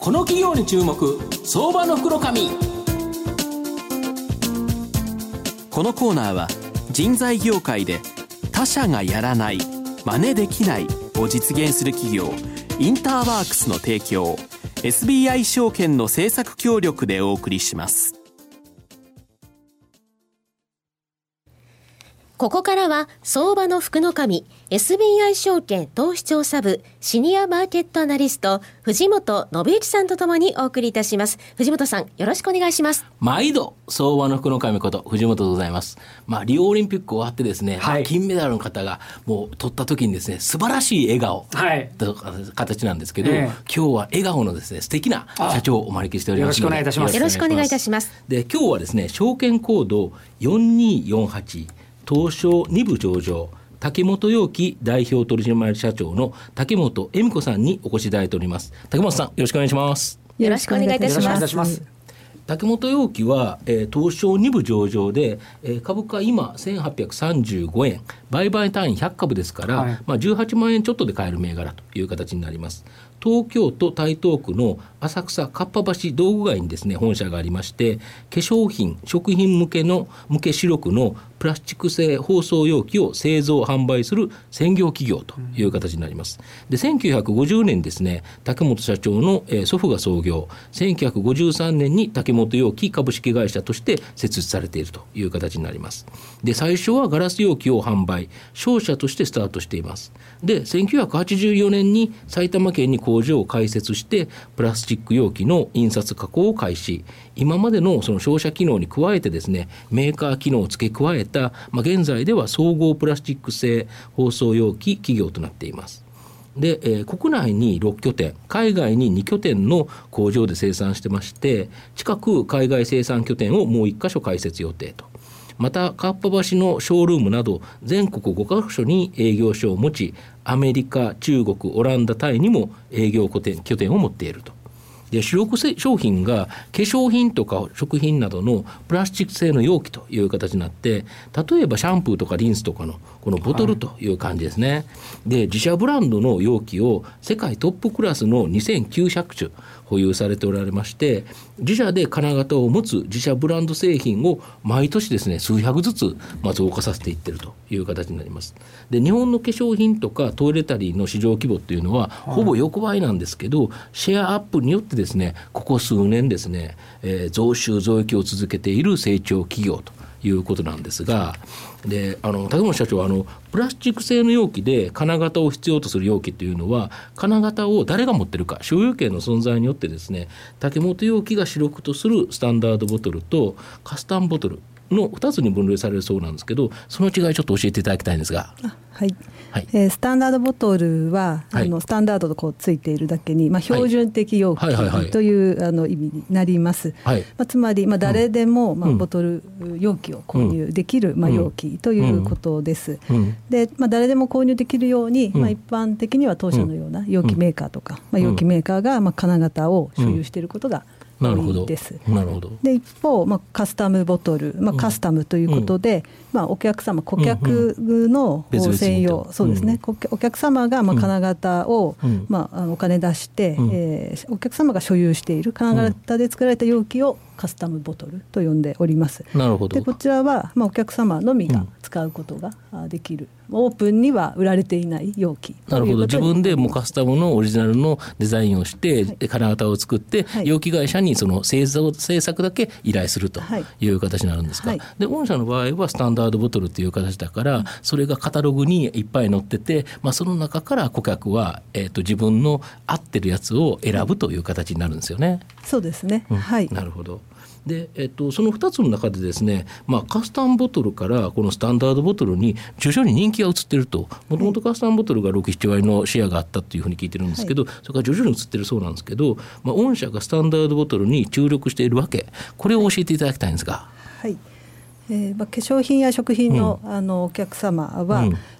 この企業に注目、相場の福の神。 このコーナーは人材業界で他社がやらない、真似できないを実現する企業インターワークスの提供、 SBI 証券の政策協力でお送りします。 ここからは相場の福の神 SBI 証券投資調査部シニアマーケットアナリスト藤本信之さんとともにお送りいたします。藤本さん、よろしくお願いします。 毎度相場の福の神こと藤本でございます。リオオリンピック終わってですね、金メダルの方がもう取った時にですね、素晴らしい笑顔と形なんですけど、今日は笑顔のですね素敵な社長をお招きしておりますので、 よろしくお願いいたします。よろしくお願いいたします。 で、今日はですね、証券コード4248東証2部上場竹本陽樹代表取締社長の竹本恵美子さんにお越しいただいております。竹本さん、よろしくお願いします。 よろしくお願いいたします。 竹本陽樹は、東証2部上場で、株価今1835円、売買単位100株ですから、18万円ちょっとで買える銘柄という形になります。東京都台東区の浅草かっぱ橋道具街にですね本社がありまして、化粧品食品向け主力のプラスチック製包装容器を製造販売する専業企業という形になります。で、1950年ですね、竹本社長の、祖父が創業、1953年に竹本容器株式会社として設立されているという形になります。で、最初はガラス容器を販売、商社としてスタートしています。で、1984年に埼玉県に工場を開設してプラスチック容器の印刷加工を開始。今までのその商社機能に加えてですね、メーカー機能を付け加えた、現在では総合プラスチック製包装容器企業となっています。で、国内に6拠点、海外に2拠点の工場で生産してまして、近く海外生産拠点をもう1カ所開設予定と。またかっぱ橋のショールームなど全国5カ所に営業所を持ち、アメリカ、中国、オランダ、タイにも営業拠点を持っていると。で、主力商品が化粧品とか食品などのプラスチック製の容器という形になって、例えばシャンプーとかリンスとかのこのボトルという感じですね。で、自社ブランドの容器を世界トップクラスの2900種保有されておられまして、自社で金型を持つ自社ブランド製品を毎年ですね数百ずつ増加させていっているという形になります。で、日本の化粧品とかトイレタリーの市場規模っていうのはほぼ横ばいなんですけど、シェアアップによってですね、ここ数年ですね、増収増益を続けている成長企業ということなんですが、で、竹本社長はプラスチック製の容器で金型を必要とする容器というのは、金型を誰が持ってるか、所有権の存在によってですね、竹本容器が主力とするスタンダードボトルとカスタムボトルの2つに分類されるそうなんですけど、その違いちょっと教えていただきたいんですが。 スタンダードボトルは、スタンダードとついているだけに、標準的容器という意味になります。つまり、誰でも、ボトル容器を購入できる、容器ということです。で、誰でも購入できるように、一般的には当社のような容器メーカーとか、容器メーカーが、金型を所有していることが多いです。で、一方、カスタムボトル、カスタムということで、お客様、顧客の専用、そうですね、お客様が金型を、お金出して、お客様が所有している金型で作られた容器をカスタムボトルと呼んでおります。で、こちらは、お客様のみが使うことができる、オープンには売られていない容器。 なるほど。自分でもうカスタムのオリジナルのデザインをして、金型を作って、容器会社にその製作だけ依頼するという形になるんですか。で、御社の場合はスタンダードボトルという形だから、それがカタログにいっぱい載ってて、その中から顧客は、自分の合ってるやつを選ぶという形になるんですよね。 そうですね。 なるほど。で、その2つの中でですね、カスタムボトルからこのスタンダードボトルに徐々に人気が移っていると。もともとカスタムボトルが 6,7 割のシェアがあったというふうに聞いてるんですけど、それから徐々に移っているそうなんですけど、御社がスタンダードボトルに注力しているわけ、これを教えていただきたいんですが。 化粧品や食品の、お客様は、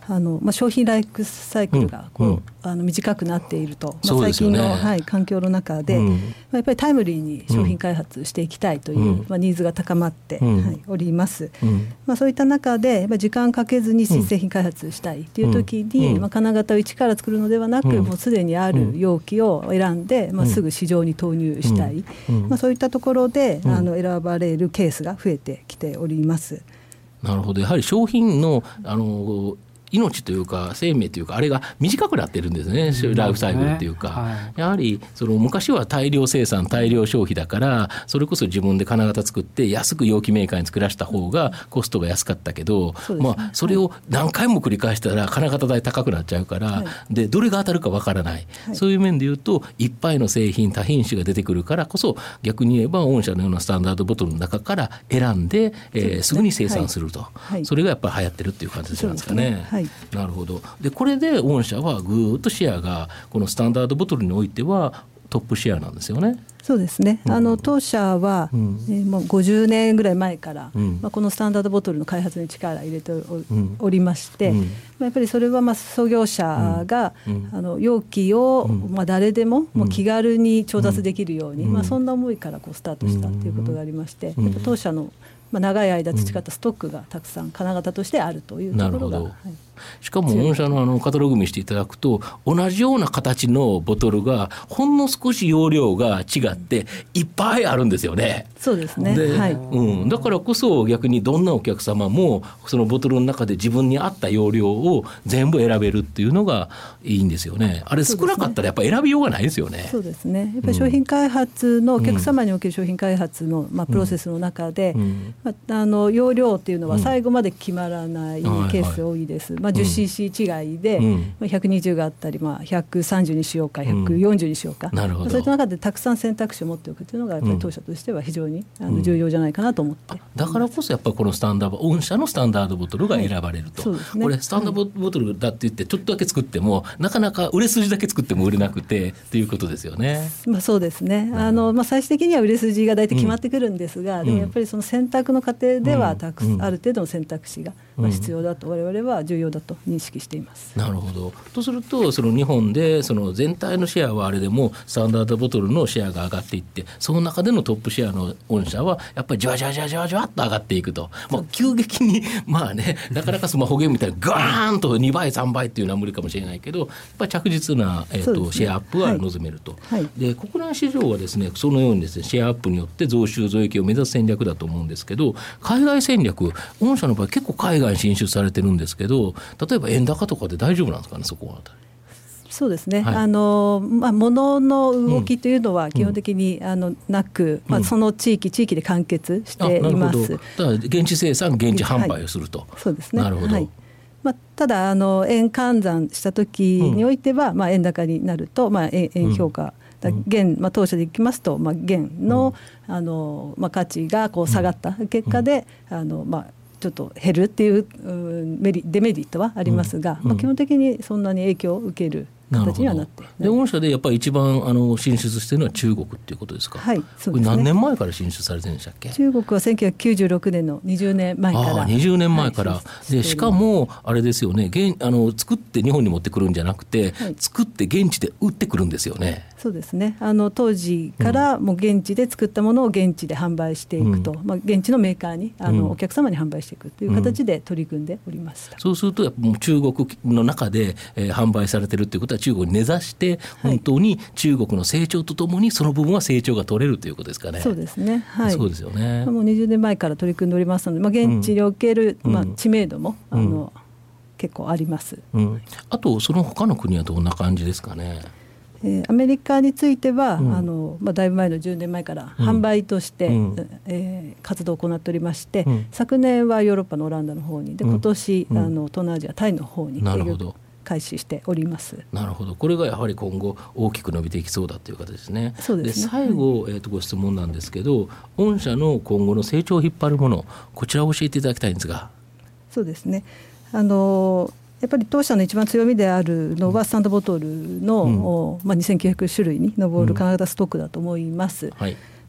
商品ライフサイクルが短くなっていると、最近の、環境の中で、やっぱりタイムリーに商品開発していきたいという、ニーズが高まって、おります。そういった中で時間かけずに新製品開発したいという時に、金型を一から作るのではなく、もうすでにある容器を選んで、すぐ市場に投入したい、そういったところで、選ばれるケースが増えてきております。 なるほど。やはり商品の命というか生命というかあれが短くなってるんですね、ライフサイクルっていうか、やはり昔は大量生産大量消費だから、それこそ自分で金型作って安く容器メーカーに作らせた方がコストが安かったけど、それを何回も繰り返したら金型代高くなっちゃうから、でどれが当たるかわからない、そういう面でいうといっぱいの製品多品種が出てくるからこそ、逆に言えば御社のようなスタンダードボトルの中から選んで、すぐに生産すると、それがやっぱり流行ってるっていう感じなんですかね。なるほど。でこれで御社はぐーっとシェアがこのスタンダードボトルにおいてはトップシェアなんですよね。 そうですね、当社は、もう50年ぐらい前から、このスタンダードボトルの開発に力を入れて おりまして、やっぱりそれは創業者が、容器を、誰でも、もう気軽に調達できるように、そんな思いからスタートしたということがありまして、やっぱ当社の長い間培ったストックがたくさん金型としてあるというところが、 しかも御社のカタログ見していただくと、同じような形のボトルがほんの少し容量が違っていっぱいあるんですよね。 そうですね、 だからこそ逆にどんなお客様もそのボトルの中で自分に合った容量を全部選べるっていうのがいいんですよね。あれ少なかったらやっぱり選びようがないですよね。 そうですね、やっぱり商品開発の、お客様における商品開発の、プロセスの中で、容量っていうのは最後まで決まらないケース多いです。10cc 違いで、120があったり、130にしようか140にしようか、そういった中でたくさん選択肢を持っておくというのがやっぱり当社としては非常に重要じゃないかなと思って、 だからこそやっぱりこの御社のスタンダードボトルが選ばれると、これスタンダードボトルだって言ってちょっとだけ作っても、なかなか売れ筋だけ作っても売れなくてっていうことですよね。 そうですね、最終的には売れ筋が大体決まってくるんですが、でもやっぱりその選択の過程ではある程度の選択肢が必要だと、我々は重要だと認識しています。 なるほど。とすると日本で全体のシェアはあれでもスタンダードボトルのシェアが上がっていって、その中でのトップシェアの御社はやっぱりじわじわじわじわじわっと上がっていくと、急激になかなかスマホゲームみたいにガーンと2倍3倍っていうのは無理かもしれないけど、やっぱり着実な、シェアアップは望めると、で国内市場はですね、そのようにですね、シェアアップによって増収増益を目指す戦略だと思うんですけど、海外戦略、御社の場合結構海外に進出されてるんですけど、例えば円高とかで大丈夫なんですかね、そこは。 そうですね、物の動きというのは基本的になく、その地域で完結しています。 だから現地生産現地販売をすると、 そうですね。 なるほど。 ただ円換算した時においては、円高になると、円評価、当社でいきますと、元の、価値が下がった結果で、ちょっと減るっていうデメリットはありますが、基本的にそんなに影響を受ける形にはなってで、御社でやっぱり一番進出しているのは中国っていうことですか。 はい、そうですね。 これ何年前から進出されてるんでしたっけ。 中国は1996年の20年前から 20年前から、でしかもあれですよね、作って日本に持ってくるんじゃなくて、作って現地で売ってくるんですよね。 そうですね、当時からもう現地で作ったものを現地で販売していくと、現地のメーカーにお客様に販売していくという形で取り組んでおりました。 そうするとやっぱもう中国の中で、販売されてるということは中国に根ざして本当に中国の成長とともにその部分は成長が取れるということですかね。 そうですね、 そうですよね。 もう20年前から取り組んでおりますので、現地における、知名度も結構あります。 あとその他の国はどんな感じですかね。 アメリカについては、だいぶ前の10年前から販売として、活動を行っておりまして、昨年はヨーロッパのオランダの方にで、今年、東南アジアタイの方に営業開始しております。 なるほど。これがやはり今後大きく伸びていきそうだという形ですね。 そうですね。 で最後、ご質問なんですけど、御社の今後の成長を引っ張るもの、こちらを教えていただきたいんですが。 そうですね、やっぱり当社の一番強みであるのはスタンドボトルの、2900種類に上る金型ストックだと思います。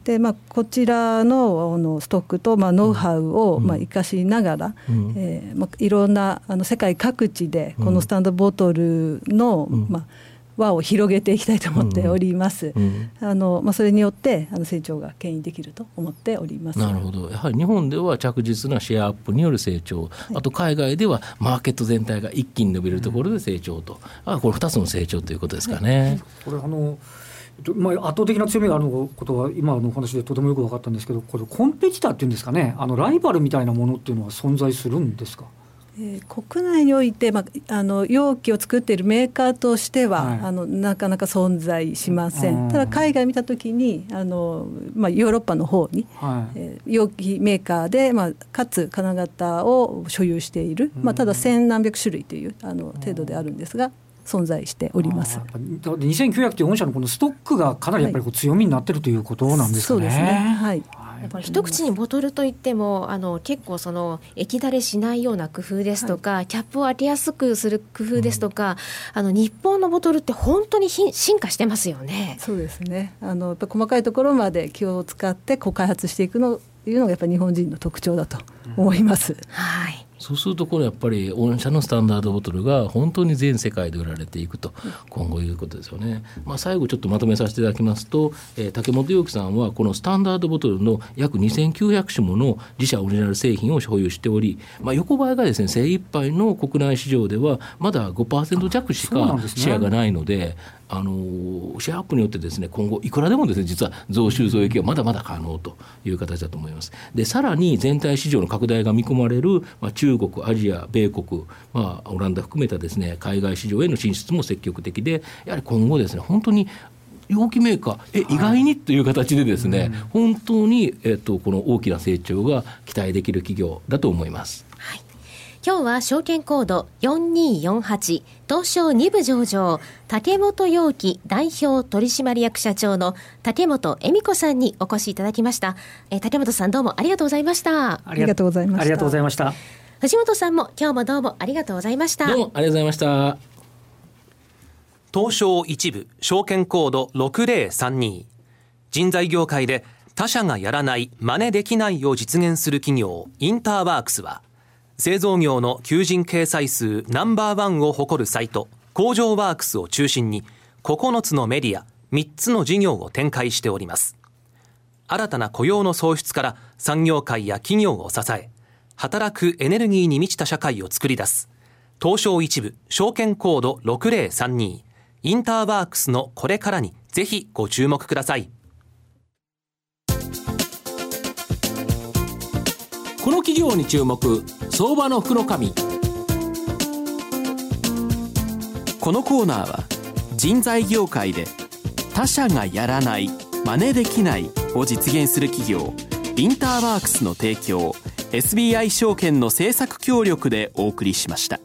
でこちらのストックとノウハウを生かしながら、いろんな世界各地でこのスタンダードボトルの、輪を広げていきたいと思っております。それによって成長が牽引できると思っております。 なるほど。やはり日本では着実なシェアアップによる成長、あと海外ではマーケット全体が一気に伸びるところで成長と、これ2つの成長ということですかね。 これ圧倒的な強みがあることは今のお話でとてもよく分かったんですけど、これコンペティターっていうんですかね、ライバルみたいなものっていうのは存在するんですか？ 国内において、容器を作っているメーカーとしては、なかなか存在しません。ただ海外見たときにヨーロッパの方に、容器メーカーで、かつ金型を所有している、ただ千何百種類という程度であるんですが存在しております。 2900という御社のこのストックがかなりやっぱり強みになっているということなんですかね。 そうですね、はい。 やっぱり一口にボトルといっても結構液だれしないような工夫ですとか、キャップを開けやすくする工夫ですとか、日本のボトルって本当に進化してますよね。 そうですね。やっぱ細かいところまで気を使って開発していくのいうのがやっぱり日本人の特徴だと思います。 はい。 そうするとやっぱり御社のスタンダードボトルが本当に全世界で売られていくと今後いうことですよね。最後ちょっとまとめさせていただきますと、竹本容器さんはこのスタンダードボトルの約2900種もの自社オリジナル製品を所有しており、横ばいがですね精一杯の国内市場ではまだ 5% 弱しかシェアがないので、シェアアップによってですね今後いくらでもですね実は増収増益はまだまだ可能という形だと思います。でさらに全体市場の拡大が見込まれる、中国、アジア、米国、オランダ含めたですね海外市場への進出も積極的で、やはり今後ですね本当に容器メーカー意外にという形でですね、本当に、この大きな成長が期待できる企業だと思います。 はい。今日は証券コード4248東証2部上場竹本容器代表取締役社長の竹本恵美子さんにお越しいただきました。竹本さんどうもありがとうございました。 ありがとうございました。 ありがとうございました。 藤本さんも今日もどうもありがとうございました。 どうもありがとうございました。 東証一部証券コード6032、人材業界で他社がやらない真似できないを実現する企業インターワークスは、製造業の求人掲載数ナンバーワンを誇るサイト工場ワークスを中心に9つのメディア3つの事業を展開しております。新たな雇用の創出から産業界や企業を支え、働くエネルギーに満ちた社会を作り出す東証一部証券コード6032インターワークスのこれからにぜひご注目ください。 この企業に注目、相場の福の神。 このコーナーは人材業界で他社がやらない真似できないを実現する企業インターワークスの提供、SBI 証券の政策協力でお送りしました。